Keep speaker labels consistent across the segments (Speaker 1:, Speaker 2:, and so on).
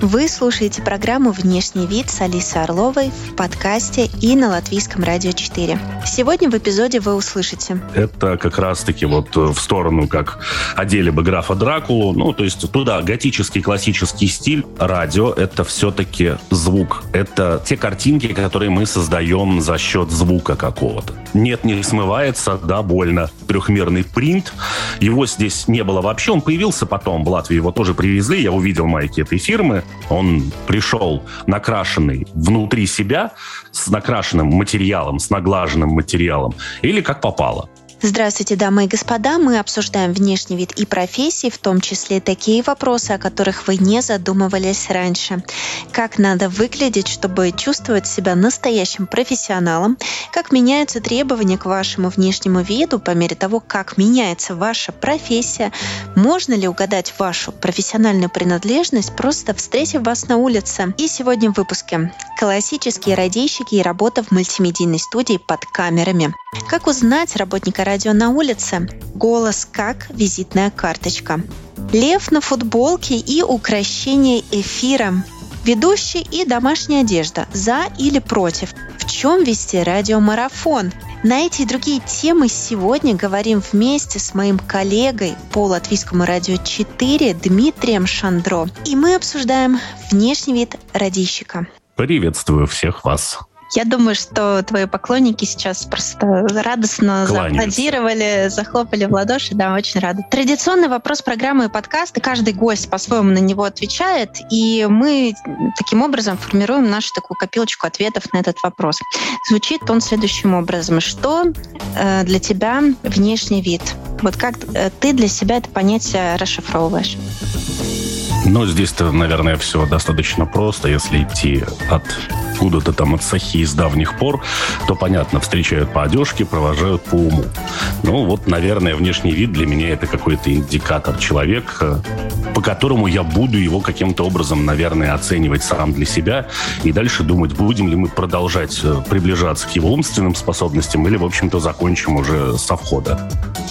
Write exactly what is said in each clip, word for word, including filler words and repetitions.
Speaker 1: Вы слушаете программу «Внешний вид» с Алисой Орловой в подкасте и на Латвийском радио четыре. Сегодня в эпизоде вы услышите.
Speaker 2: Это как раз-таки вот в сторону, как одели бы графа Дракулу. Ну, то есть туда готический классический стиль. Радио — это все-таки звук. Это те картинки, которые мы создаем за счет звука какого-то. Нет, не смывается, да, больно. Трехмерный принт. Его здесь не было вообще. Он появился потом. В Латвии его тоже привезли. Я увидел майки этой фирмы. Он пришел накрашенный внутри себя, с накрашенным материалом, с наглаженным материалом, или как попало.
Speaker 1: Здравствуйте, дамы и господа. Мы обсуждаем внешний вид и профессии, в том числе такие вопросы, о которых вы не задумывались раньше. Как надо выглядеть, чтобы чувствовать себя настоящим профессионалом? Как меняются требования к вашему внешнему виду по мере того, как меняется ваша профессия? Можно ли угадать вашу профессиональную принадлежность, просто встретив вас на улице? И сегодня в выпуске классические радийщики и работа в мультимедийной студии под камерами. Как узнать работника радио на улице? Голос как визитная карточка. Лев на футболке и украшение эфира. Ведущий и домашняя одежда. За или против? В чем вести радиомарафон? На эти и другие темы сегодня говорим вместе с моим коллегой по Латвийскому радио четыре Дмитрием Шандро. И мы обсуждаем внешний вид радийщика.
Speaker 2: Приветствую всех вас.
Speaker 1: Я думаю, что твои поклонники сейчас просто радостно зааплодировали, захлопали в ладоши. Да, очень рады. Традиционный вопрос программы и подкаста. Каждый гость по-своему на него отвечает, и мы таким образом формируем нашу такую копилочку ответов на этот вопрос. Звучит он следующим образом. Что э, для тебя внешний вид? Вот как э, ты для себя это понятие расшифровываешь?
Speaker 2: Ну, здесь-то, наверное, все достаточно просто. Если идти от откуда-то там от Сахи с давних пор, то, понятно, встречают по одежке, провожают по уму. Ну, вот, наверное, внешний вид для меня это какой-то индикатор человека, по которому я буду его каким-то образом, наверное, оценивать сам для себя и дальше думать, будем ли мы продолжать приближаться к его умственным способностям или, в общем-то, закончим уже со входа.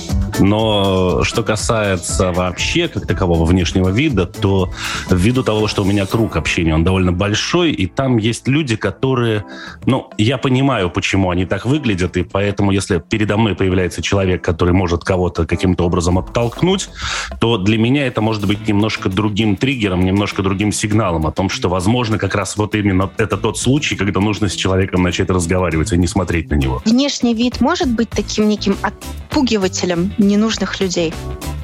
Speaker 2: Но что касается вообще как такового внешнего вида, то ввиду того, что у меня круг общения, он довольно большой, и там есть люди, которые... Ну, я понимаю, почему они так выглядят, и поэтому, если передо мной появляется человек, который может кого-то каким-то образом оттолкнуть, то для меня это может быть немножко другим триггером, немножко другим сигналом о том, что, возможно, как раз вот именно это тот случай, когда нужно с человеком начать разговаривать, а не смотреть на него.
Speaker 1: Внешний вид может быть таким неким отпугивателем ненужных людей?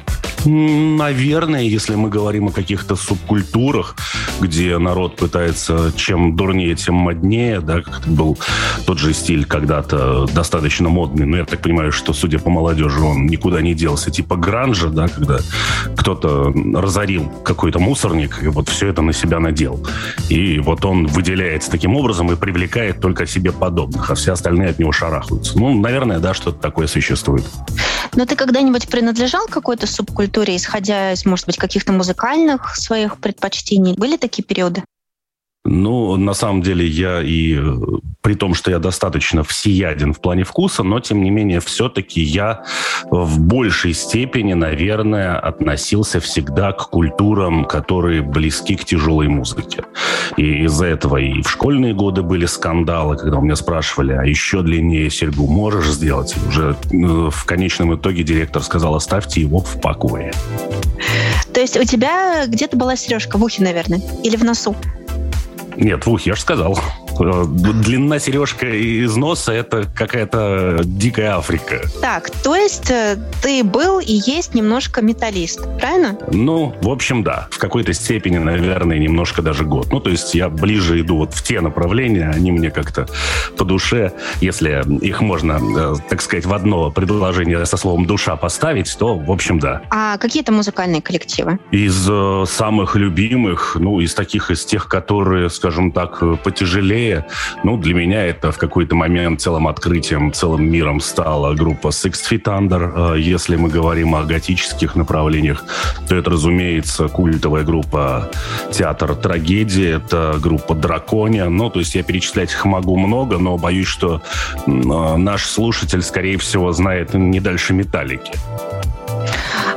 Speaker 2: Наверное, если мы говорим о каких-то субкультурах, где народ пытается чем дурнее, тем моднее, да, как был тот же стиль когда-то достаточно модный, но я так понимаю, что, судя по молодежи, он никуда не делся, типа гранжа, да, когда кто-то разорил какой-то мусорник и вот все это на себя надел. И вот он выделяется таким образом и привлекает только себе подобных, а все остальные от него шарахаются. Ну, наверное, да, что-то такое существует.
Speaker 1: Но ты когда-нибудь принадлежал к какой-то субкультуре, исходя из, может быть, каких-то музыкальных своих предпочтений? Были такие периоды?
Speaker 2: Ну, на самом деле, я и при том, что я достаточно всеяден в плане вкуса, но, тем не менее, все-таки я в большей степени, наверное, относился всегда к культурам, которые близки к тяжелой музыке. И из-за этого и в школьные годы были скандалы, когда у меня спрашивали, а еще длиннее серьгу можешь сделать? И уже в конечном итоге директор сказал, оставьте его в покое.
Speaker 1: То есть у тебя где-то была сережка в ухе, наверное, или в носу?
Speaker 2: Нет, в ухе, я же сказал. Длина сережка из носа – это какая-то дикая Африка.
Speaker 1: Так, то есть ты был и есть немножко металлист, правильно?
Speaker 2: Ну, в общем, да. В какой-то степени, наверное, немножко даже год. Ну, то есть я ближе иду вот в те направления, они мне как-то по душе. Если их можно, так сказать, в одно предложение со словом «душа» поставить, то, в общем, да.
Speaker 1: А какие-то музыкальные коллективы?
Speaker 2: Из э, самых любимых, ну, из таких, из тех, которые, скажем так, потяжелее. Ну, для меня это в какой-то момент целым открытием, целым миром стала группа Six Feet Under. Если мы говорим о готических направлениях, то это, разумеется, культовая группа Театр Трагедии, это группа Дракония. Ну, то есть я перечислять их могу много, но боюсь, что наш слушатель, скорее всего, знает не дальше Металлики.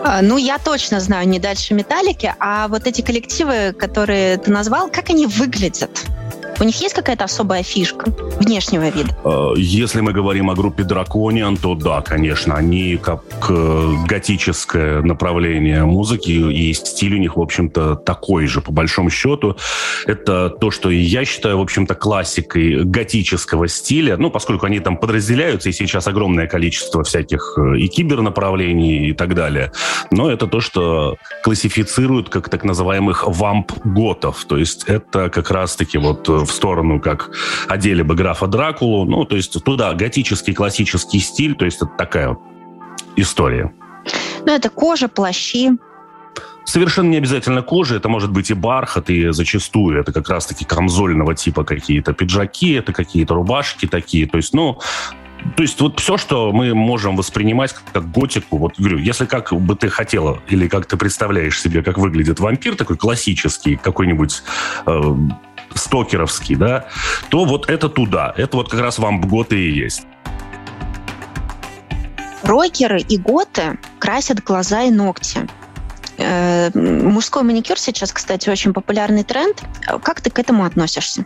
Speaker 1: Ну, я точно знаю «Не дальше Металлики», а вот эти коллективы, которые ты назвал, как они выглядят? У них есть какая-то особая фишка внешнего вида?
Speaker 2: Если мы говорим о группе Draconian, то да, конечно, они как готическое направление музыки, и стиль у них, в общем-то, такой же, по большому счету. Это то, что я считаю, в общем-то, классикой готического стиля, ну, поскольку они там подразделяются, и сейчас огромное количество всяких и кибернаправлений и так далее. Но это то, что классифицируют как так называемых вамп-готов, то есть это как раз-таки вот в сторону, как одели бы графа Дракулу. Ну, то есть туда готический классический стиль, то есть это такая вот история.
Speaker 1: Ну, это кожа, плащи.
Speaker 2: Совершенно не обязательно кожа, это может быть и бархат, и зачастую это как раз-таки камзольного типа какие-то пиджаки, это какие-то рубашки такие. То есть, ну, то есть вот все, что мы можем воспринимать как готику, вот говорю, если как бы ты хотела, или как ты представляешь себе, как выглядит вампир, такой классический, какой-нибудь... Э, стокеровский, да, то вот это туда. Это вот как раз вамп-готы и есть.
Speaker 1: Рокеры и готы красят глаза и ногти. Э, мужской маникюр сейчас, кстати, очень популярный тренд. Как ты к этому относишься?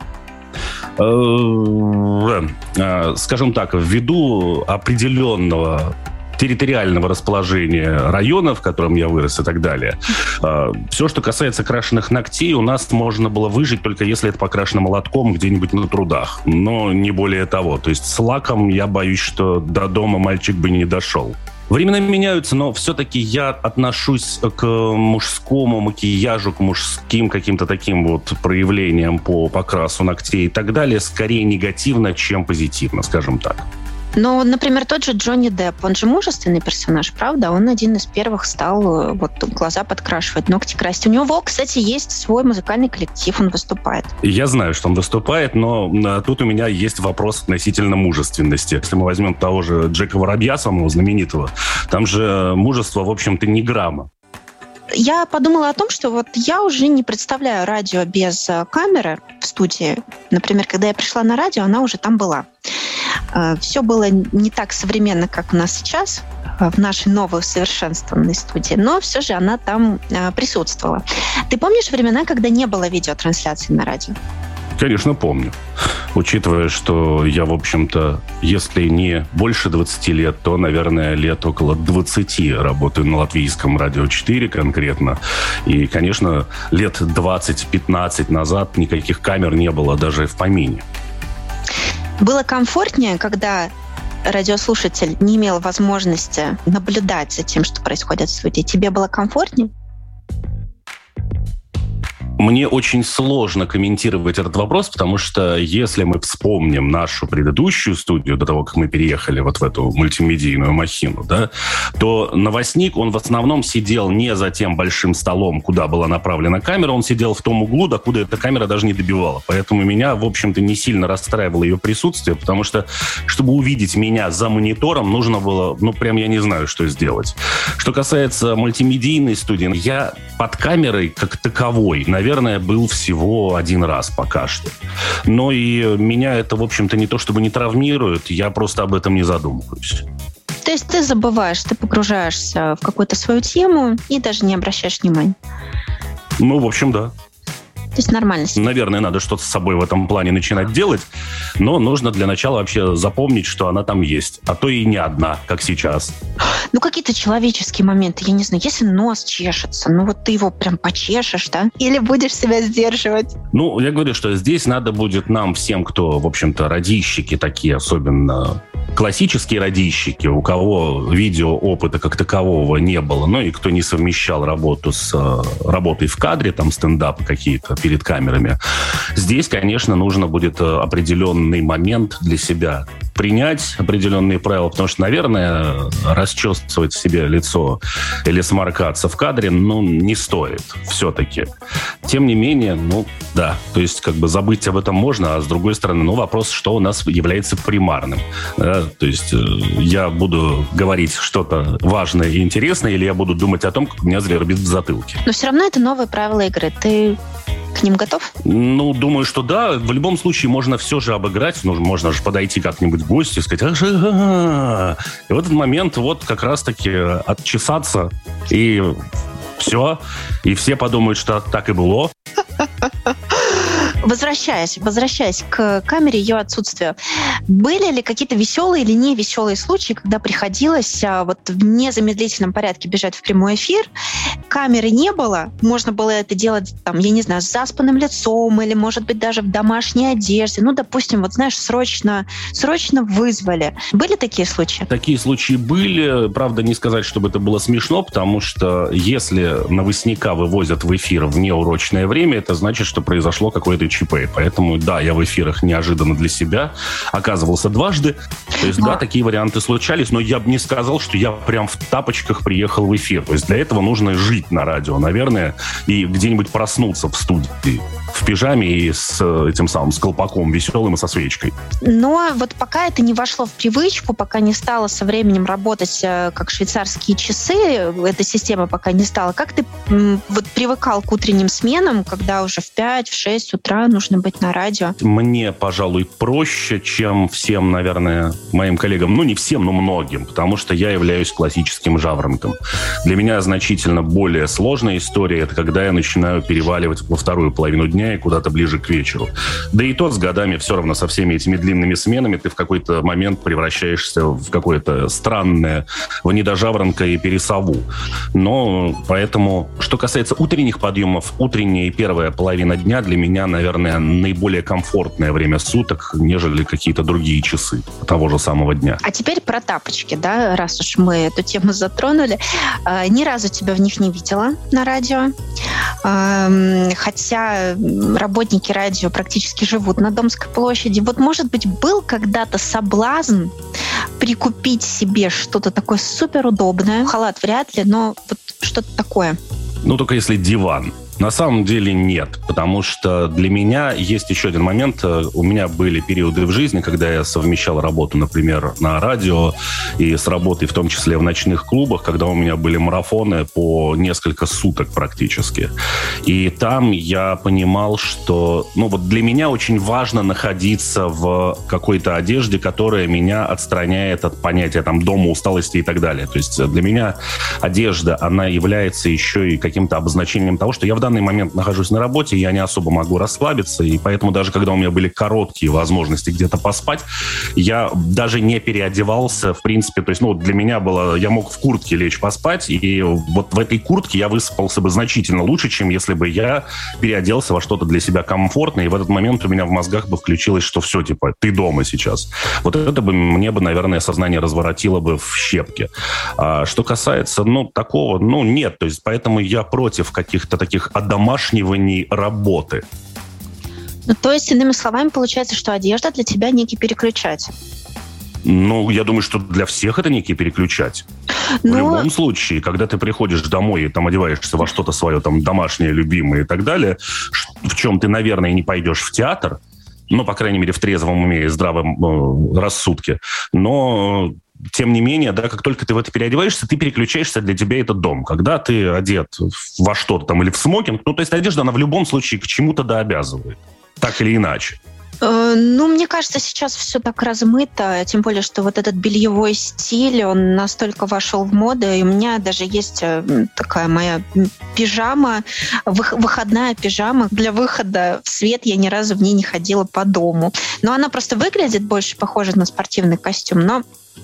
Speaker 2: Скажем так, ввиду определенного территориального расположения района, в котором я вырос и так далее. Все, что касается крашеных ногтей, у нас можно было выжить только если это покрашено молотком где-нибудь на трудах. Но не более того. То есть с лаком, я боюсь, что до дома мальчик бы не дошел. Времена меняются, но все-таки я отношусь к мужскому макияжу, к мужским каким-то таким вот проявлениям по покрасу ногтей и так далее скорее негативно, чем позитивно, скажем так.
Speaker 1: Но, например, тот же Джонни Депп, он же мужественный персонаж, правда? Он один из первых стал вот глаза подкрашивать, ногти красить. У него, кстати, есть свой музыкальный коллектив, он выступает.
Speaker 2: Я знаю, что он выступает, но тут у меня есть вопрос относительно мужественности. Если мы возьмем того же Джека Воробья, самого знаменитого, там же мужество, в общем-то, ни грамма.
Speaker 1: Я подумала о том, что вот я уже не представляю радио без камеры в студии. Например, когда я пришла на радио, она уже там была. Все было не так современно, как у нас сейчас, в нашей новой усовершенствованной студии, но все же она там присутствовала. Ты помнишь времена, когда не было видеотрансляции на радио?
Speaker 2: Конечно, помню. Учитывая, что я, в общем-то, если не больше двадцати лет, то, наверное, лет около двадцати работаю на Латвийском радио четыре конкретно. И, конечно, лет двадцать-пятнадцать назад никаких камер не было даже в помине.
Speaker 1: Было комфортнее, когда радиослушатель не имел возможности наблюдать за тем, что происходит в студии? Тебе было комфортнее?
Speaker 2: Мне очень сложно комментировать этот вопрос, потому что если мы вспомним нашу предыдущую студию, до того, как мы переехали вот в эту мультимедийную махину, да, то новостник, он в основном сидел не за тем большим столом, куда была направлена камера, он сидел в том углу, докуда эта камера даже не добивала. Поэтому меня, в общем-то, не сильно расстраивало ее присутствие, потому что, чтобы увидеть меня за монитором, нужно было, ну, прям я не знаю, что сделать. Что касается мультимедийной студии, я под камерой как таковой, наверное, Наверное, был всего один раз пока что. Но и меня это, в общем-то, не то чтобы не травмирует, я просто об этом не задумываюсь.
Speaker 1: То есть ты забываешь, ты погружаешься в какую-то свою тему и даже не обращаешь внимания?
Speaker 2: Ну, в общем, да.
Speaker 1: То есть нормально.
Speaker 2: Наверное, надо что-то с собой в этом плане начинать делать, но нужно для начала вообще запомнить, что она там есть, а то и не одна, как сейчас.
Speaker 1: Ну, какие-то человеческие моменты, я не знаю, если нос чешется, ну вот ты его прям почешешь, да? Или будешь себя сдерживать?
Speaker 2: Ну, я говорю, что здесь надо будет нам всем, кто, в общем-то, радищики такие, особенно классические радищики, у кого видеоопыта как такового не было, ну и кто не совмещал работу с работой в кадре, там стендапы какие-то перед камерами. Здесь, конечно, нужно будет определенный момент для себя принять, определенные правила, потому что, наверное, расчесывать себе лицо или сморкаться в кадре, ну, не стоит все-таки. Тем не менее, ну, да, то есть как бы забыть об этом можно, а с другой стороны, ну, вопрос, что у нас является примарным. Да? То есть я буду говорить что-то важное и интересное, или я буду думать о том, как у меня зверобит в затылке.
Speaker 1: Но все равно это новые правила игры. Ты к ним готов?
Speaker 2: Ну, думаю, что да. В любом случае можно все же обыграть. Ну, можно же подойти как-нибудь к гостю и сказать: ага. И в этот момент вот как раз-таки отчесаться, и все. И все подумают, что так и было.
Speaker 1: Возвращаясь, возвращаясь к камере, ее отсутствию, были ли какие-то веселые или невеселые случаи, когда приходилось вот в незамедлительном порядке бежать в прямой эфир, камеры не было, можно было это делать, там, я не знаю, с заспанным лицом или, может быть, даже в домашней одежде, ну, допустим, вот, знаешь, срочно, срочно вызвали. Были такие случаи?
Speaker 2: Такие случаи были, правда, не сказать, чтобы это было смешно, потому что если новостника вывозят в эфир в неурочное время, это значит, что произошло какое-то ЧП. Поэтому, да, я в эфирах неожиданно для себя оказывался дважды. То есть, но... да, такие варианты случались, но я бы не сказал, что я прям в тапочках приехал в эфир. То есть для этого нужно жить на радио, наверное, и где-нибудь проснуться в студии в пижаме и с этим самым, с колпаком веселым и со свечкой.
Speaker 1: Но вот пока это не вошло в привычку, пока не стало со временем работать как швейцарские часы, эта система пока не стала, как ты вот привыкал к утренним сменам, когда уже в пять, в шесть утра нужно быть на радио?
Speaker 2: Мне, пожалуй, проще, чем всем, наверное, моим коллегам. Ну, не всем, но многим, потому что я являюсь классическим жаворонком. Для меня значительно более сложная история — это когда я начинаю переваливать во вторую половину дня и куда-то ближе к вечеру. Да и то с годами все равно со всеми этими длинными сменами ты в какой-то момент превращаешься в какое-то странное, в недожаворонка и пересову. Но поэтому, что касается утренних подъемов, утренняя и первая половина дня для меня, наверное, наиболее комфортное время суток, нежели какие-то другие часы того же самого дня.
Speaker 1: А теперь про тапочки, да, раз уж мы эту тему затронули. Э, ни разу тебя в них не видела на радио. Э, хотя работники радио практически живут на Домской площади. Вот, может быть, был когда-то соблазн прикупить себе что-то такое суперудобное. Халат вряд ли, но вот что-то такое.
Speaker 2: Ну, только если диван. На самом деле нет, потому что для меня есть еще один момент. У меня были периоды в жизни, когда я совмещал работу, например, на радио и с работой, в том числе в ночных клубах, когда у меня были марафоны по несколько суток практически. И там я понимал, что ну, вот для меня очень важно находиться в какой-то одежде, которая меня отстраняет от понятия там, дома, усталости и так далее. То есть для меня одежда, она является еще и каким-то обозначением того, что я в В данный момент нахожусь на работе, я не особо могу расслабиться, и поэтому даже когда у меня были короткие возможности где-то поспать, я даже не переодевался, в принципе, то есть, ну, для меня было, я мог в куртке лечь поспать, и вот в этой куртке я выспался бы значительно лучше, чем если бы я переоделся во что-то для себя комфортное, и в этот момент у меня в мозгах бы включилось, что все, типа, ты дома сейчас. Вот это бы мне бы, наверное, сознание разворотило бы в щепки. А что касается, ну, такого, ну, нет, то есть, поэтому я против каких-то таких одомашниваний работы.
Speaker 1: Ну, то есть, иными словами, получается, что одежда для тебя некий переключатель.
Speaker 2: Ну, я думаю, что для всех это некий переключатель. Но... В любом случае, когда ты приходишь домой и там одеваешься во что-то свое там домашнее, любимое и так далее, в чем ты, наверное, не пойдешь в театр, ну, по крайней мере, в трезвом уме и здравом э, рассудке, но... Тем не менее, да, как только ты в это переодеваешься, ты переключаешься, для тебя это дом. Когда ты одет во что-то там или в смокинг, ну, то есть одежда, она в любом случае к чему-то да обязывает. Так или иначе.
Speaker 1: Ну, мне кажется, сейчас все так размыто, тем более, что вот этот бельевой стиль, он настолько вошел в моду, и у меня даже есть такая моя пижама, выходная пижама. Для выхода в свет я ни разу в ней не ходила по дому. Но она просто выглядит больше похожа на спортивный костюм, но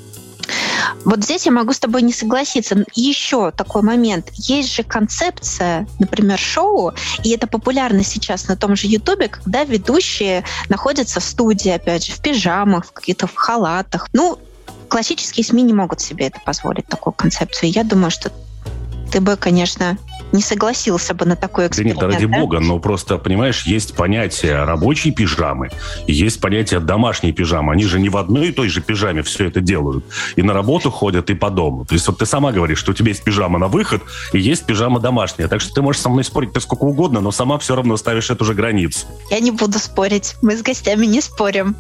Speaker 1: вот здесь я могу с тобой не согласиться. Еще такой момент. Есть же концепция, например, шоу, и это популярно сейчас на том же Ютубе, когда ведущие находятся в студии, опять же, в пижамах, в каких-то в халатах. Ну, классические СМИ не могут себе это позволить, такую концепцию. Я думаю, что ты бы, конечно, не согласился бы на такой эксперимент.
Speaker 2: Да нет, ради
Speaker 1: да?
Speaker 2: бога, но просто, понимаешь, есть понятие рабочей пижамы, и есть понятие домашней пижамы. Они же не в одной и той же пижаме все это делают. И на работу ходят, и по дому. То есть вот ты сама говоришь, что у тебя есть пижама на выход, и есть пижама домашняя. Так что ты можешь со мной спорить ты сколько угодно, но сама все равно ставишь эту же границу.
Speaker 1: Я не буду спорить. Мы с гостями не спорим.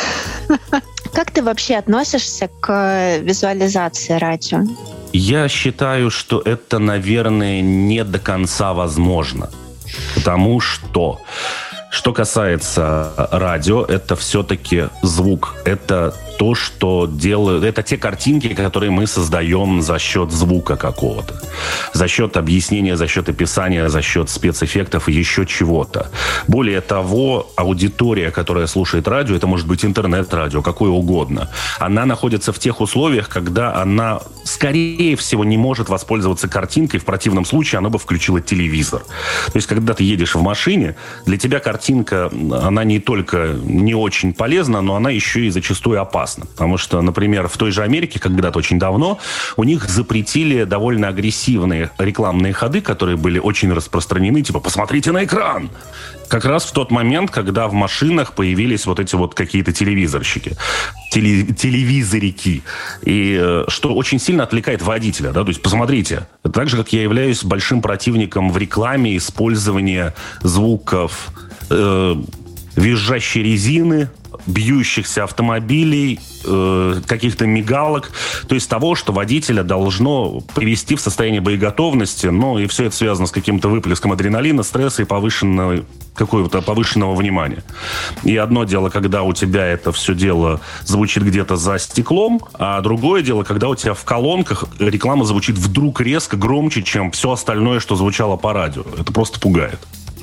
Speaker 1: Как ты вообще относишься к визуализации радио?
Speaker 2: Я считаю, что это, наверное, не до конца возможно. Потому что, что касается радио, это все-таки звук. Это то, что делают... Это те картинки, которые мы создаем за счет звука какого-то. За счет объяснения, за счет описания, за счет спецэффектов и еще чего-то. Более того, аудитория, которая слушает радио, это может быть интернет-радио, какое угодно, она находится в тех условиях, когда она, скорее всего, не может воспользоваться картинкой. В противном случае она бы включила телевизор. То есть, когда ты едешь в машине, для тебя картинка, она не только не очень полезна, но она еще и зачастую опасна. Потому что, например, в той же Америке когда-то очень давно у них запретили довольно агрессивные рекламные ходы, которые были очень распространены, типа «посмотрите на экран!» Как раз в тот момент, когда в машинах появились вот эти вот какие-то телевизорщики, теле, телевизорики, и э, что очень сильно отвлекает водителя, да, то есть посмотрите, так же, как я являюсь большим противником в рекламе использования звуков э, визжащей резины, бьющихся автомобилей, э, каких-то мигалок, то есть того, что водителя должно привести в состояние боеготовности, ну и все это связано с каким-то выплеском адреналина, стресса и повышенного, какого-то повышенного внимания. И одно дело, когда у тебя это все дело звучит где-то за стеклом, а другое дело, когда у тебя в колонках реклама звучит вдруг резко громче, чем все остальное, что звучало по радио. Это просто пугает.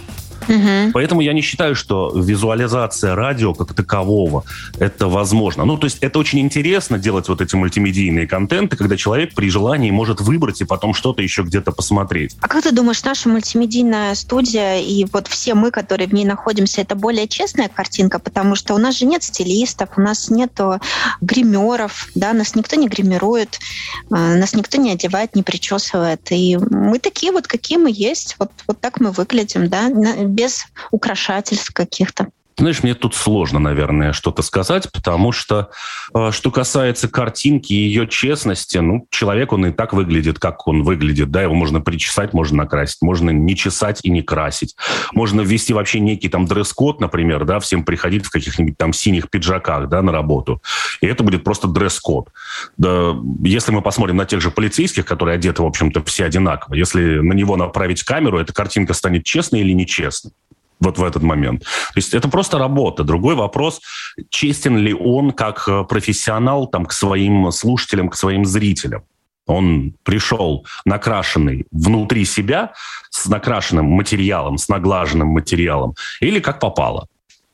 Speaker 2: Угу. Поэтому я не считаю, что визуализация радио как такового это возможно. Ну, то есть это очень интересно делать вот эти мультимедийные контенты, когда человек при желании может выбрать и потом что-то еще где-то посмотреть.
Speaker 1: А как ты думаешь, наша мультимедийная студия и вот все мы, которые в ней находимся, это более честная картинка? Потому что у нас же нет стилистов, у нас нет гримеров, да, нас никто не гримирует, нас никто не одевает, не причесывает. И мы такие вот, какие мы есть. Вот, вот так мы выглядим, да, без украшательств каких-то.
Speaker 2: Знаешь, мне тут сложно, наверное, что-то сказать, потому что, э, что касается картинки и ее честности, ну, человек, он и так выглядит, как он выглядит, да, его можно причесать, можно накрасить, можно не чесать и не красить. Можно ввести вообще некий там дресс-код, например, да, всем приходить в каких-нибудь там синих пиджаках, да, на работу, и это будет просто дресс-код. Да, если мы посмотрим на тех же полицейских, которые одеты, в общем-то, все одинаково, если на него направить камеру, эта картинка станет честной или нечестной. Вот в этот момент. То есть это просто работа. Другой вопрос, честен ли он как профессионал там, к своим слушателям, к своим зрителям. Он пришел накрашенный внутри себя, с накрашенным материалом, с наглаженным материалом, или как попало.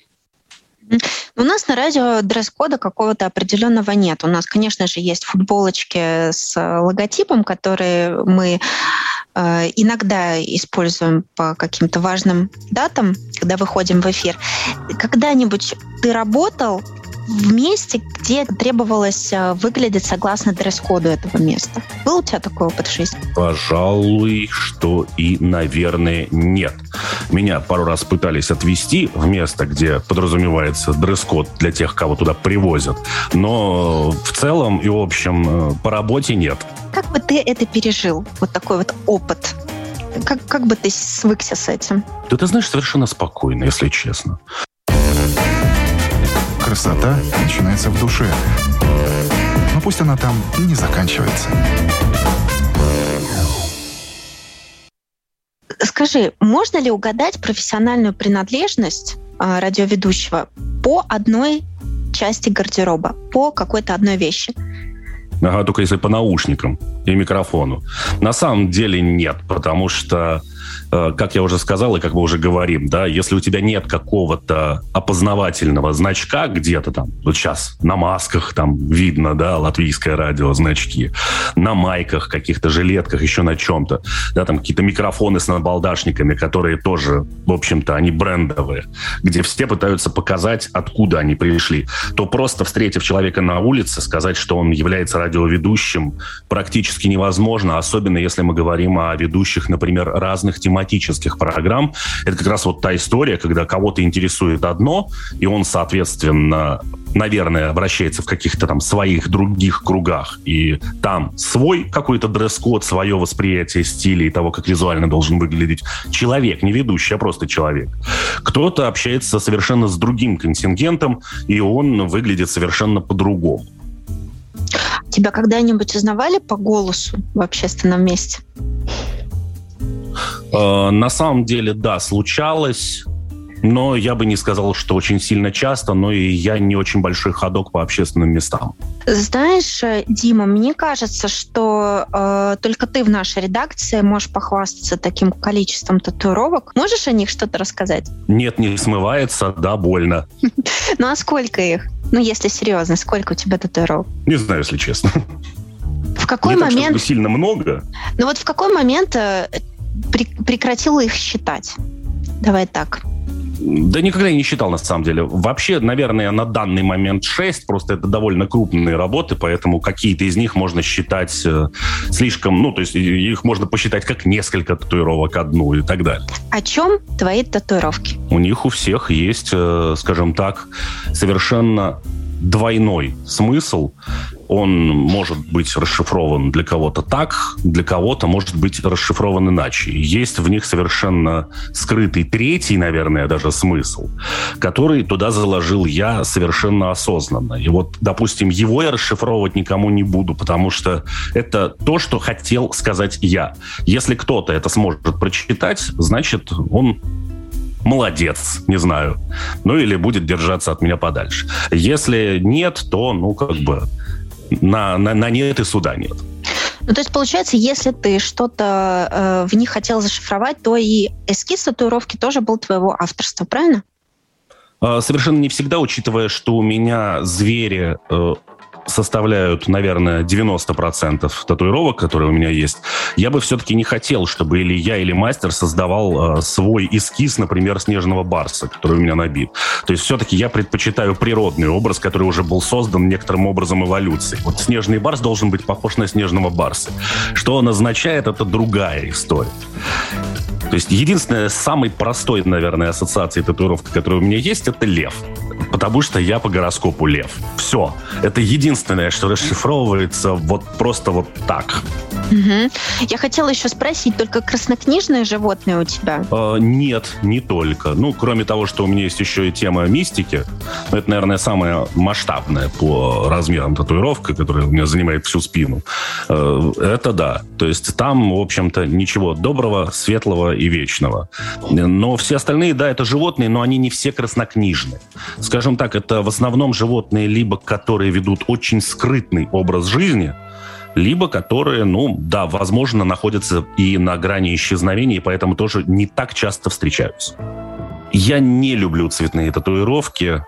Speaker 1: У нас на радио дресс-кода какого-то определенного нет. У нас, конечно же, есть футболочки с логотипом, которые мы э, иногда используем по каким-то важным датам, когда выходим в эфир. Когда-нибудь ты работал в месте, где требовалось выглядеть согласно дресс-коду этого места? Был у тебя такой опыт в жизни?
Speaker 2: Пожалуй, что и, наверное, нет. Меня пару раз пытались отвезти в место, где подразумевается дресс-код для тех, кого туда привозят. Но в целом и в общем по работе нет.
Speaker 1: Как бы ты это пережил? Вот такой вот опыт. Как, как бы ты свыкся с этим?
Speaker 2: Да ты знаешь, совершенно спокойно, если честно.
Speaker 3: Красота начинается в душе. Но пусть она там не заканчивается.
Speaker 1: Скажи, можно ли угадать профессиональную принадлежность э, радиоведущего по одной части гардероба, по какой-то одной вещи?
Speaker 2: Ага, только если по наушникам и микрофону. На самом деле нет, потому что, э, как я уже сказал и как мы уже говорим, да, если у тебя нет какого-то опознавательного значка где-то там, вот сейчас на масках там видно, да, латвийское радио, значки, на майках, каких-то жилетках, еще на чем-то, да, там какие-то микрофоны с набалдашниками, которые тоже, в общем-то, они брендовые, где все пытаются показать, откуда они пришли, то просто, встретив человека на улице, сказать, что он является радиоведущим, практически невозможно, особенно если мы говорим о ведущих, например, разных тематических программ. Это как раз вот та история, когда кого-то интересует одно, и он, соответственно, наверное, обращается в каких-то там своих других кругах, и там свой какой-то дресс-код, свое восприятие стиля и того, как визуально должен выглядеть человек, не ведущий, а просто человек. Кто-то общается совершенно с другим контингентом, и он выглядит совершенно по-другому.
Speaker 1: Тебя когда-нибудь узнавали по голосу в общественном месте?
Speaker 2: Э, на самом деле, да, случалось. Но я бы не сказал, что очень сильно часто, но и я не очень большой ходок по общественным местам.
Speaker 1: Знаешь, Дима, мне кажется, что э, только ты в нашей редакции можешь похвастаться таким количеством татуировок. Можешь о них что-то рассказать?
Speaker 2: Нет, не смывается, да, больно.
Speaker 1: Ну а сколько их? Ну, если серьезно, сколько у тебя татуировок?
Speaker 2: Не знаю, если честно.
Speaker 1: В какой
Speaker 2: не
Speaker 1: момент...
Speaker 2: так, чтобы сильно много.
Speaker 1: Ну вот в какой момент прекратила их считать? Давай так.
Speaker 2: Да никогда я не считал, на самом деле. Вообще, наверное, на данный момент шесть, просто это довольно крупные работы, поэтому какие-то из них можно считать э, слишком, ну, то есть их можно посчитать как несколько татуировок, одну и так далее.
Speaker 1: О чем твои татуировки?
Speaker 2: У них у всех есть, э, скажем так, совершенно двойной смысл. Он может быть расшифрован для кого-то так, для кого-то может быть расшифрован иначе. Есть в них совершенно скрытый третий, наверное, даже смысл, который туда заложил я совершенно осознанно. И вот, допустим, его я расшифровывать никому не буду, потому что это то, что хотел сказать я. Если кто-то это сможет прочитать, значит, он молодец, не знаю. Ну, или будет держаться от меня подальше. Если нет, то, ну, как бы, на, на, на нет и суда нет.
Speaker 1: Ну, то есть, получается, если ты что-то э, в них хотел зашифровать, то и эскиз татуировки тоже был твоего авторства, правильно?
Speaker 2: Совершенно не всегда, учитывая, что у меня звери... Э, составляют, наверное, девяносто процентов татуировок, которые у меня есть, я бы все-таки не хотел, чтобы или я, или мастер создавал э, свой эскиз, например, снежного барса, который у меня набит. То есть все-таки я предпочитаю природный образ, который уже был создан некоторым образом эволюцией. Вот снежный барс должен быть похож на снежного барса. Что он означает, это другая история. То есть единственная, самой простой, наверное, ассоциация татуировки, которая у меня есть, это лев. Потому что я по гороскопу лев. Все. Это единственное, что расшифровывается вот просто вот так.
Speaker 1: Угу. Я хотела еще спросить, только краснокнижные животные у тебя?
Speaker 2: Э, нет, не только. Ну, кроме того, что у меня есть еще и тема мистики. Это, наверное, самая масштабная по размерам татуировка, которая у меня занимает всю спину. Э, это да. То есть там, в общем-то, ничего доброго, светлого и вечного. Но все остальные, да, это животные, но они не все краснокнижные. Скажем так, это в основном животные, либо которые ведут очень скрытный образ жизни, либо которые, ну, да, возможно, находятся и на грани исчезновения, и поэтому тоже не так часто встречаются. Я не люблю цветные татуировки,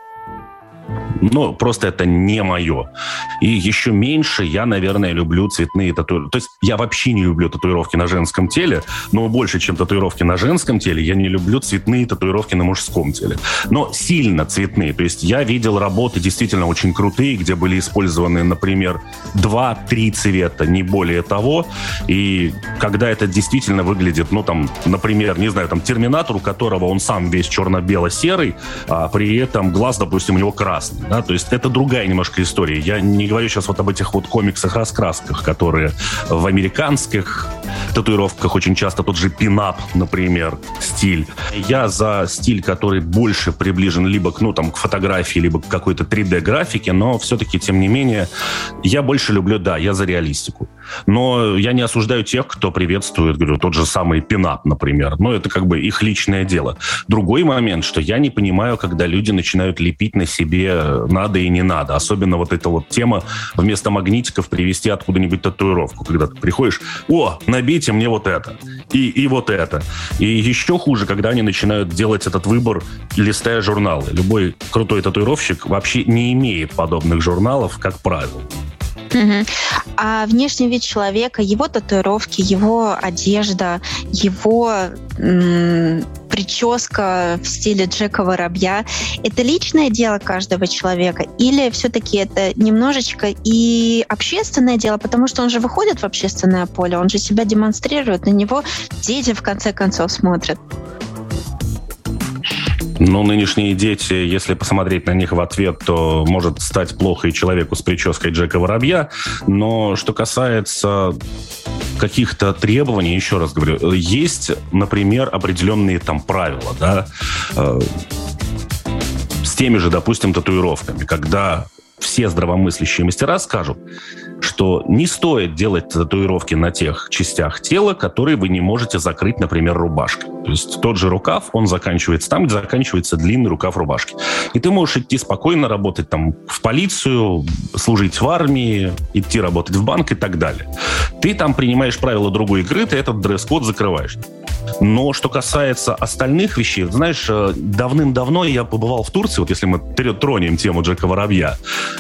Speaker 2: но просто это не мое. И еще меньше я, наверное, люблю цветные татуировки. То есть я вообще не люблю татуировки на женском теле, но больше, чем татуировки на женском теле, я не люблю цветные татуировки на мужском теле. Но сильно цветные. То есть я видел работы действительно очень крутые, где были использованы, например, два-три цвета, не более того. И когда это действительно выглядит, ну, там, например, не знаю, там, Терминатор, у которого он сам весь черно-бело-серый, а при этом глаз, допустим, у него красный. Да? То есть это другая немножко история. Я не говорю сейчас вот об этих вот комиксах-раскрасках, которые в американских татуировках очень часто тот же пинап, например, стиль. Я за стиль, который больше приближен либо к, ну, там, к фотографии, либо к какой-то три дэ-графике, но все-таки, тем не менее, я больше люблю, да, я за реалистику. Но я не осуждаю тех, кто приветствует, говорю, тот же самый пинап, например. Но это как бы их личное дело. Другой момент, что я не понимаю, когда люди начинают лепить на себе надо и не надо. Особенно вот эта вот тема вместо магнитиков привезти откуда-нибудь татуировку. Когда ты приходишь, о, набейте мне вот это. И, и вот это. И еще хуже, когда они начинают делать этот выбор, листая журналы. Любой крутой татуировщик вообще не имеет подобных журналов, как правило.
Speaker 1: Угу. А внешний вид человека, его татуировки, его одежда, его м- прическа в стиле Джека Воробья — это личное дело каждого человека? Или все-таки это немножечко и общественное дело? Потому что он же выходит в общественное поле, он же себя демонстрирует, на него дети в конце концов смотрят.
Speaker 2: Ну, нынешние дети, если посмотреть на них в ответ, то может стать плохо и человеку с прической Джека Воробья. Но что касается каких-то требований, еще раз говорю, есть, например, определенные там правила, да, э, с теми же, допустим, татуировками, когда все здравомыслящие мастера скажут, что не стоит делать татуировки на тех частях тела, которые вы не можете закрыть, например, рубашкой. То есть тот же рукав, он заканчивается там, где заканчивается длинный рукав рубашки. И ты можешь идти спокойно работать там в полицию, служить в армии, идти работать в банк и так далее. Ты там принимаешь правила другой игры, ты этот дресс-код закрываешь. Но что касается остальных вещей, знаешь, давным-давно я побывал в Турции, вот если мы тронем тему Джека Воробья,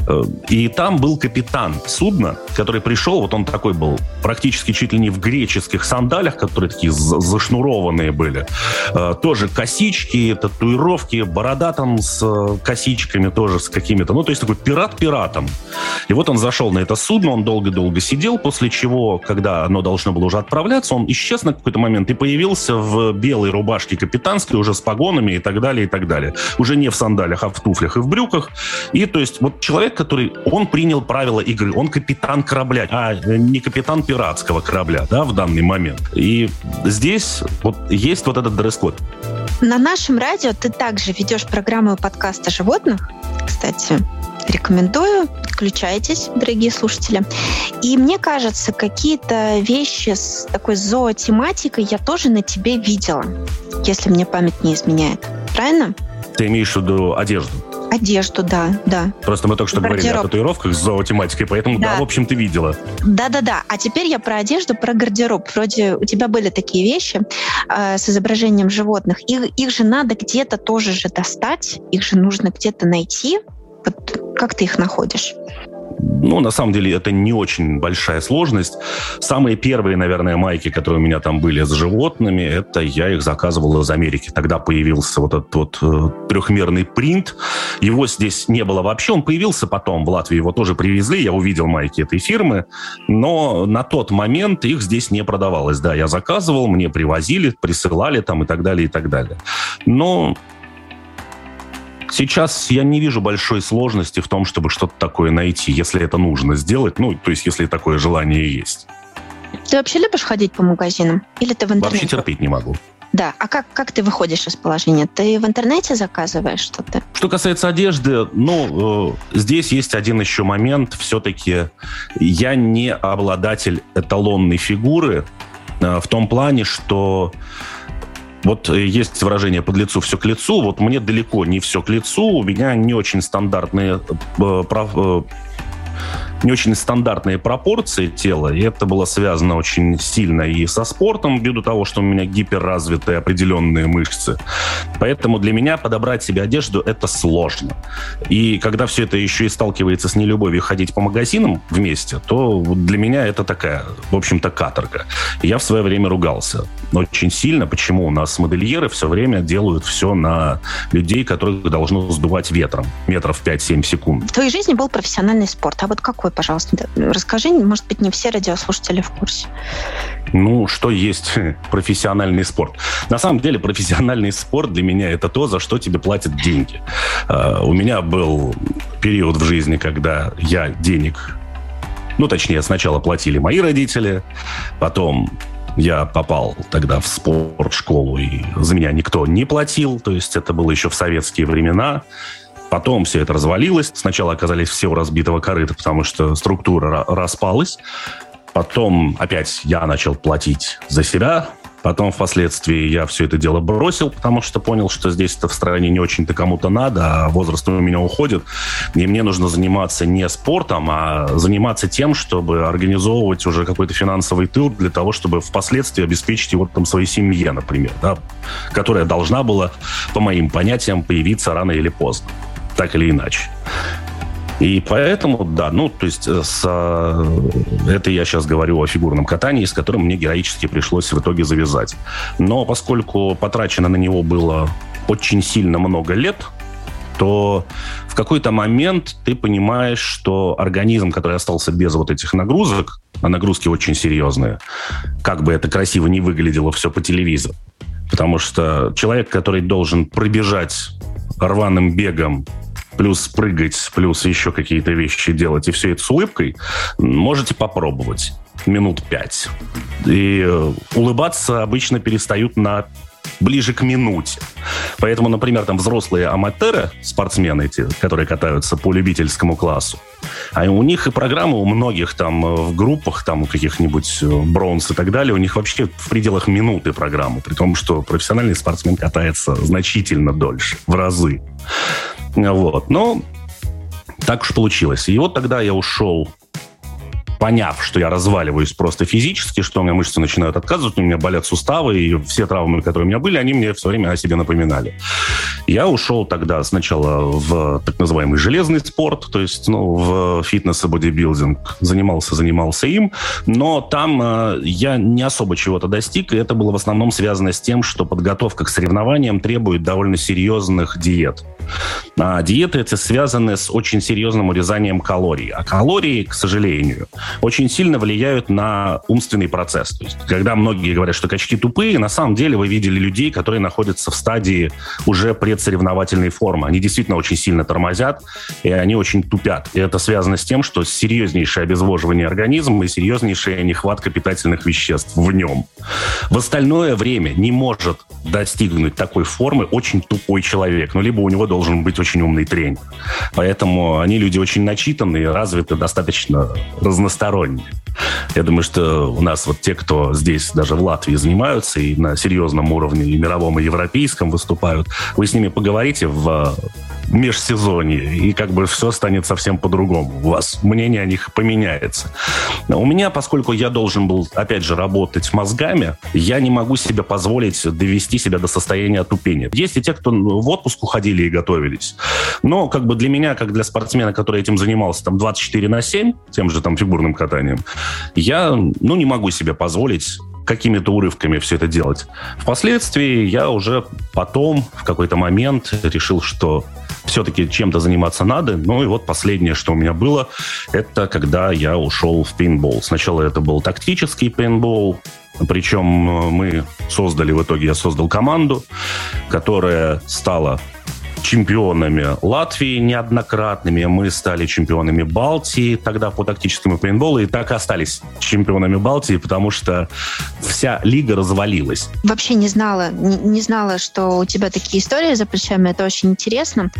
Speaker 2: и там был капитан судна, который пришел, вот он такой был, практически чуть ли не в греческих сандалях, которые такие зашнурованные были, тоже косички, татуировки, борода там с косичками тоже, с какими-то, ну, то есть такой пират пиратом. И вот он зашел на это судно, он долго-долго сидел, после чего, когда оно должно было уже отправляться, он исчез на какой-то момент и появился в белой рубашке капитанской, уже с погонами и так далее, и так далее. Уже не в сандалях, а в туфлях и в брюках. И то есть вот человек, который, он принял правила игры, он капитан корабля, а не капитан пиратского корабля, да, в данный момент. И здесь вот есть вот этот дресс-код.
Speaker 1: На нашем радио ты также ведешь программу подкаста о животных. Кстати, рекомендую. Включайтесь, дорогие слушатели. И мне кажется, какие-то вещи с такой зоотематикой я тоже на тебе видела, если мне память не изменяет. Правильно?
Speaker 2: Ты имеешь в виду одежду?
Speaker 1: Одежду, да, да.
Speaker 2: Просто мы только что
Speaker 1: Гардероб.
Speaker 2: говорили о татуировках с зоотематикой, поэтому, да. да, в общем, ты видела.
Speaker 1: Да-да-да. А теперь я про одежду, про гардероб. Вроде у тебя были такие вещи э, с изображением животных. Их, их же надо где-то тоже же достать, их же нужно где-то найти. Вот как ты их находишь?
Speaker 2: Ну, на самом деле, это не очень большая сложность. Самые первые, наверное, майки, которые у меня там были с животными, это я их заказывал из Америки. Тогда появился вот этот вот э, трехмерный принт. Его здесь не было вообще. Он появился потом. В Латвии его тоже привезли. Я увидел майки этой фирмы. Но на тот момент их здесь не продавалось. Да, я заказывал, мне привозили, присылали там и так далее, и так далее. Но... Сейчас я не вижу большой сложности в том, чтобы что-то такое найти, если это нужно сделать, ну, то есть если такое желание есть.
Speaker 1: Ты вообще любишь ходить по магазинам? Или ты в интернете?
Speaker 2: Вообще терпеть не могу.
Speaker 1: Да, а как, как ты выходишь из положения? Ты в интернете заказываешь что-то?
Speaker 2: Что касается одежды, ну, э, здесь есть один еще момент. Все-таки я не обладатель эталонной фигуры э, в том плане, что... Вот есть выражение «под лицу все к лицу». Вот мне далеко не все к лицу. У меня не очень стандартные, э, не очень стандартные пропорции тела. И это было связано очень сильно и со спортом, ввиду того, что у меня гиперразвитые определенные мышцы. Поэтому для меня подобрать себе одежду – это сложно. И когда все это еще и сталкивается с нелюбовью ходить по магазинам вместе, то для меня это такая, в общем-то, каторга. И я в свое время ругался очень сильно, почему у нас модельеры все время делают все на людей, которых должно сдувать ветром. Метров пять-семь секунд.
Speaker 1: В твоей жизни был профессиональный спорт. А вот какой, пожалуйста? Расскажи, может быть, не все радиослушатели в курсе.
Speaker 2: Ну, что есть профессиональный спорт? На самом деле, профессиональный спорт для меня это то, за что тебе платят деньги. Uh, у меня был период в жизни, когда я денег... Ну, точнее, сначала платили мои родители, потом... Я попал тогда в спортшколу, и за меня никто не платил. То есть это было еще в советские времена. Потом все это развалилось. Сначала оказались все у разбитого корыта, потому что структура распалась. Потом опять я начал платить за себя. Потом впоследствии я все это дело бросил, потому что понял, что здесь-то в стране не очень-то кому-то надо, а возраст у меня уходит. И мне нужно заниматься не спортом, а заниматься тем, чтобы организовывать уже какой-то финансовый тыл для того, чтобы впоследствии обеспечить его там своей семье, например, да, которая должна была, по моим понятиям, появиться рано или поздно, так или иначе. И поэтому, да, ну, то есть с, это я сейчас говорю о фигурном катании, с которым мне героически пришлось в итоге завязать. Но поскольку потрачено на него было очень сильно много лет, то в какой-то момент ты понимаешь, что организм, который остался без вот этих нагрузок, а нагрузки очень серьезные, как бы это красиво не выглядело все по телевизору, потому что человек, который должен пробежать рваным бегом, плюс прыгать, плюс еще какие-то вещи делать, и все это с улыбкой, можете попробовать минут пять. И улыбаться обычно перестают на ближе к минуте. Поэтому, например, там взрослые аматоры, спортсмены эти, которые катаются по любительскому классу, а у них и программы у многих там в группах, там у каких-нибудь бронз и так далее, у них вообще в пределах минуты программы, при том, что профессиональный спортсмен катается значительно дольше, в разы. Вот. Но так уж получилось. И вот тогда я ушел, поняв, что я разваливаюсь просто физически, что у меня мышцы начинают отказывать, у меня болят суставы, и все травмы, которые у меня были, они мне все время о себе напоминали. Я ушел тогда сначала в так называемый железный спорт, то есть ну, в фитнес и бодибилдинг. Занимался, занимался им, но там э, я не особо чего-то достиг, и это было в основном связано с тем, что подготовка к соревнованиям требует довольно серьезных диет. А диеты эти связаны с очень серьезным урезанием калорий. А калории, к сожалению, очень сильно влияют на умственный процесс. То есть, когда многие говорят, что качки тупые, на самом деле вы видели людей, которые находятся в стадии уже предсоревновательной формы. Они действительно очень сильно тормозят, и они очень тупят. И это связано с тем, что серьезнейшее обезвоживание организма и серьезнейшая нехватка питательных веществ в нем. В остальное время не может достигнуть такой формы очень тупой человек. Ну, либо у него должен быть очень умный тренер. Поэтому они люди очень начитанные, развиты, достаточно разносторонние. Я думаю, что у нас вот те, кто здесь даже в Латвии занимаются и на серьезном уровне и мировом, и европейском выступают, вы с ними поговорите в межсезонье, и как бы все станет совсем по-другому. У вас мнение о них поменяется. У меня, поскольку я должен был, опять же, работать мозгами, я не могу себе позволить довести себя до состояния отупения. Есть и те, кто в отпуск уходили и готовились. Но как бы для меня, как для спортсмена, который этим занимался там двадцать четыре на семь, тем же там фигурным катанием, я, ну, не могу себе позволить какими-то урывками все это делать. Впоследствии я уже потом, в какой-то момент, решил, что все-таки чем-то заниматься надо. Ну и вот последнее, что у меня было, это когда я ушел в пейнтбол. Сначала это был тактический пейнтбол, причем мы создали, в итоге я создал команду, которая стала чемпионами Латвии неоднократными, мы стали чемпионами Балтии тогда по тактическому пейнтболу, и так и остались чемпионами Балтии, потому что вся лига развалилась.
Speaker 1: Вообще не знала, не, не знала, что у тебя такие истории за плечами, это очень интересно.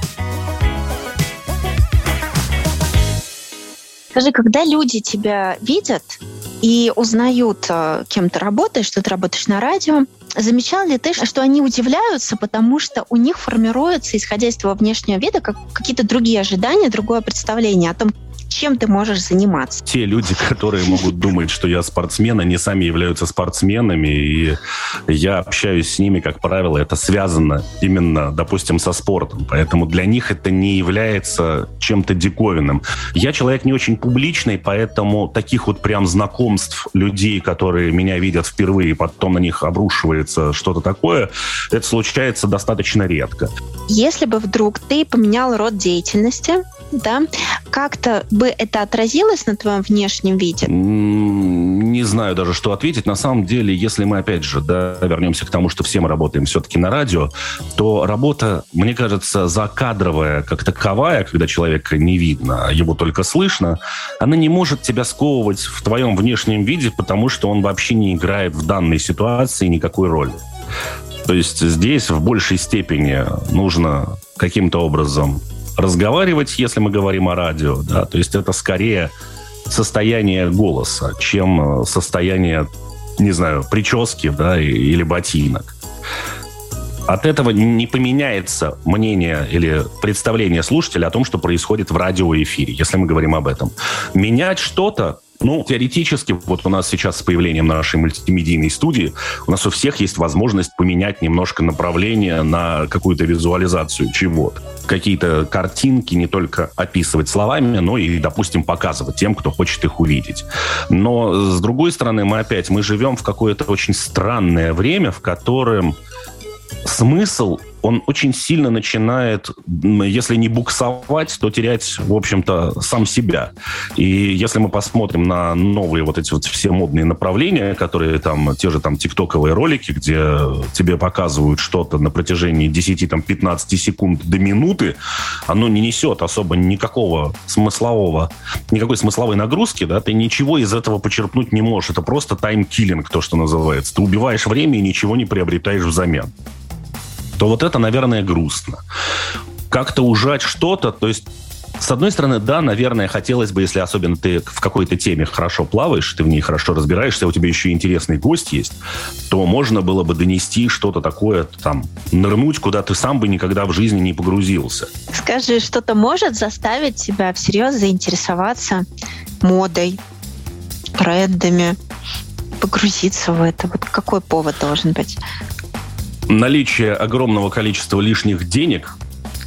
Speaker 1: Скажи, когда люди тебя видят и узнают, кем ты работаешь, что ты работаешь на радио, замечал ли ты, что они удивляются, потому что у них формируется, исходя из твоего внешнего вида, как какие-то другие ожидания, другое представление о том, чем ты можешь заниматься?
Speaker 2: Те люди, которые могут думать, что я спортсмен, они сами являются спортсменами, и я общаюсь с ними, как правило, это связано именно, допустим, со спортом. Поэтому для них это не является чем-то диковинным. Я человек не очень публичный, поэтому таких вот прям знакомств людей, которые меня видят впервые, и потом на них обрушивается что-то такое, это случается достаточно редко.
Speaker 1: Если бы вдруг ты поменял род деятельности, да, как-то бы это отразилось на твоем внешнем виде?
Speaker 2: Не знаю даже, что ответить. На самом деле, если мы, опять же, да, вернемся к тому, что все мы работаем все-таки на радио, то работа, мне кажется, закадровая, как таковая, когда человека не видно, а его только слышно, она не может тебя сковывать в твоем внешнем виде, потому что он вообще не играет в данной ситуации никакой роли. То есть здесь в большей степени нужно каким-то образом разговаривать, если мы говорим о радио, да, то есть это скорее состояние голоса, чем состояние, не знаю, прически, да, или ботинок. От этого не поменяется мнение или представление слушателя о том, что происходит в радиоэфире, если мы говорим об этом. Менять что-то, ну, теоретически, вот у нас сейчас с появлением нашей мультимедийной студии, у нас у всех есть возможность поменять немножко направление на какую-то визуализацию чего-то. Какие-то картинки не только описывать словами, но и, допустим, показывать тем, кто хочет их увидеть. Но, с другой стороны, мы опять, мы живем в какое-то очень странное время, в котором смысл, он очень сильно начинает, если не буксовать, то терять, в общем-то, сам себя. И если мы посмотрим на новые вот эти вот все модные направления, которые там, те же там тиктоковые ролики, где тебе показывают что-то на протяжении десять-пятнадцать секунд до минуты, оно не несет особо никакого смыслового, никакой смысловой нагрузки, да, ты ничего из этого почерпнуть не можешь. Это просто тайм-киллинг, то, что называется. Ты убиваешь время и ничего не приобретаешь взамен. То вот это, наверное, грустно. Как-то ужать что-то, то есть, с одной стороны, да, наверное, хотелось бы, если особенно ты в какой-то теме хорошо плаваешь, ты в ней хорошо разбираешься, у тебя еще и интересный гость есть, то можно было бы донести что-то такое, там, нырнуть, куда ты сам бы никогда в жизни не погрузился.
Speaker 1: Скажи, что-то может заставить тебя всерьез заинтересоваться модой, трендами, погрузиться в это? Вот какой повод должен быть?
Speaker 2: Наличие огромного количества лишних денег,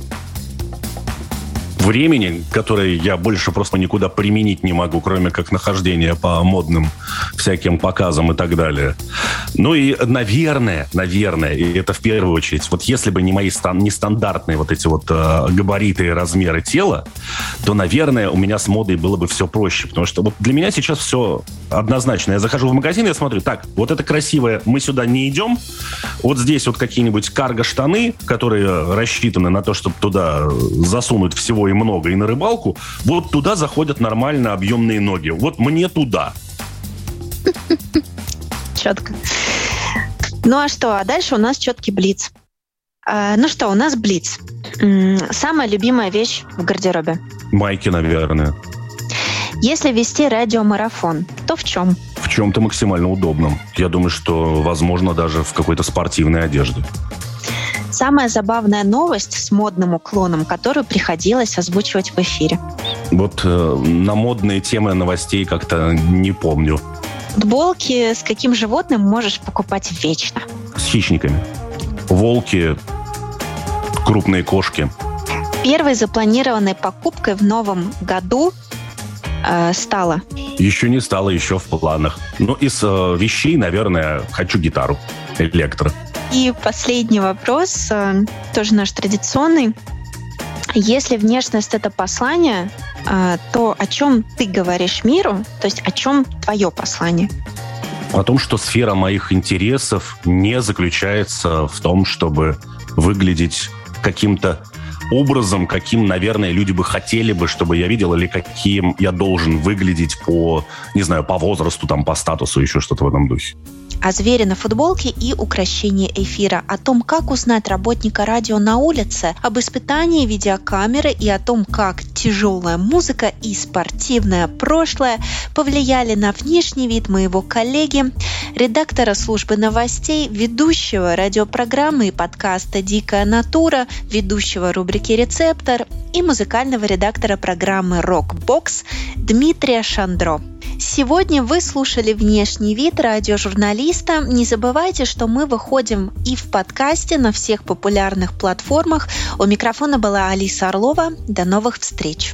Speaker 2: времени, которое я больше просто никуда применить не могу, кроме как нахождения по модным всяким показам и так далее. Ну и, наверное, наверное, и это в первую очередь, вот если бы не мои стан- нестандартные вот эти вот э, габариты и размеры тела, то, наверное, у меня с модой было бы все проще, потому что вот для меня сейчас все однозначно. Я захожу в магазин, я смотрю, так, вот это красивое, мы сюда не идем, вот здесь вот какие-нибудь карго-штаны, которые рассчитаны на то, чтобы туда засунуть всего и много, и на рыбалку, вот туда заходят нормально объемные ноги. Вот мне туда.
Speaker 1: Четко. Ну а что? А дальше у нас четкий блиц. А, ну что, у нас блиц. Самая любимая вещь в гардеробе?
Speaker 2: Майки, наверное.
Speaker 1: Если вести радиомарафон, то в чем?
Speaker 2: В чем-то максимально удобном. Я думаю, что, возможно, даже в какой-то спортивной одежде.
Speaker 1: Самая забавная новость с модным уклоном, которую приходилось озвучивать в эфире?
Speaker 2: Вот э, на модные темы новостей как-то не помню.
Speaker 1: Футболки с каким животным можешь покупать вечно?
Speaker 2: С хищниками. Волки, крупные кошки.
Speaker 1: Первой запланированной покупкой в новом году э, стало?
Speaker 2: Еще не стало, еще в планах. Но из э, вещей, наверное, хочу гитару электро.
Speaker 1: И последний вопрос, э, тоже наш традиционный. Если внешность — это послание, э, то о чем ты говоришь миру? То есть о чем твое послание?
Speaker 2: О том, что сфера моих интересов не заключается в том, чтобы выглядеть каким-то образом, каким, наверное, люди бы хотели бы, чтобы я видел, или каким я должен выглядеть по, не знаю, по возрасту, там, по статусу, еще что-то в этом духе.
Speaker 1: О звере на футболке и украшении эфира, о том, как узнать работника радио на улице, об испытании видеокамеры и о том, как тяжелая музыка и спортивное прошлое повлияли на внешний вид моего коллеги, редактора службы новостей, ведущего радиопрограммы и подкаста «Дикая натура», ведущего рубрики «Рецептор» и музыкального редактора программы «Рокбокс» Дмитрия Шандро. Сегодня вы слушали «Внешний вид» радиожурналиста. Не забывайте, что мы выходим и в подкасте на всех популярных платформах. У микрофона была Алиса Орлова. До новых встреч!